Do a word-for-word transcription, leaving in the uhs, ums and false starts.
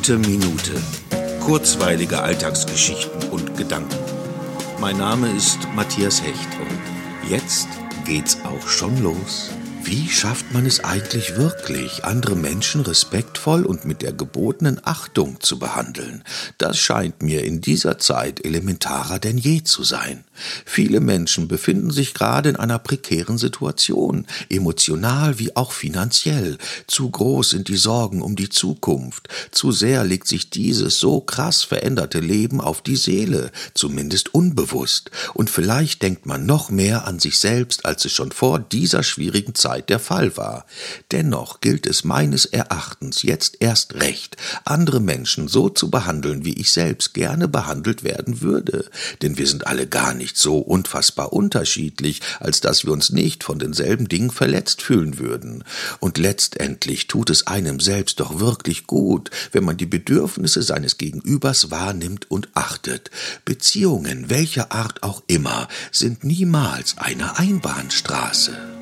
Gute Minute. Kurzweilige Alltagsgeschichten und Gedanken. Mein Name ist Matthias Hecht und jetzt geht's auch schon los. Wie schafft man es eigentlich wirklich, andere Menschen respektvoll und mit der gebotenen Achtung zu behandeln? Das scheint mir in dieser Zeit elementarer denn je zu sein. Viele Menschen befinden sich gerade in einer prekären Situation, emotional wie auch finanziell. Zu groß sind die Sorgen um die Zukunft. Zu sehr legt sich dieses so krass veränderte Leben auf die Seele, zumindest unbewusst. Und vielleicht denkt man noch mehr an sich selbst, als es schon vor dieser schwierigen Zeit der Fall war. Dennoch gilt es meines Erachtens jetzt erst recht, andere Menschen so zu behandeln, wie ich selbst gerne behandelt werden würde. Denn wir sind alle gar nicht so unfassbar unterschiedlich, als dass wir uns nicht von denselben Dingen verletzt fühlen würden. Und letztendlich tut es einem selbst doch wirklich gut, wenn man die Bedürfnisse seines Gegenübers wahrnimmt und achtet. Beziehungen, welcher Art auch immer, sind niemals eine Einbahnstraße.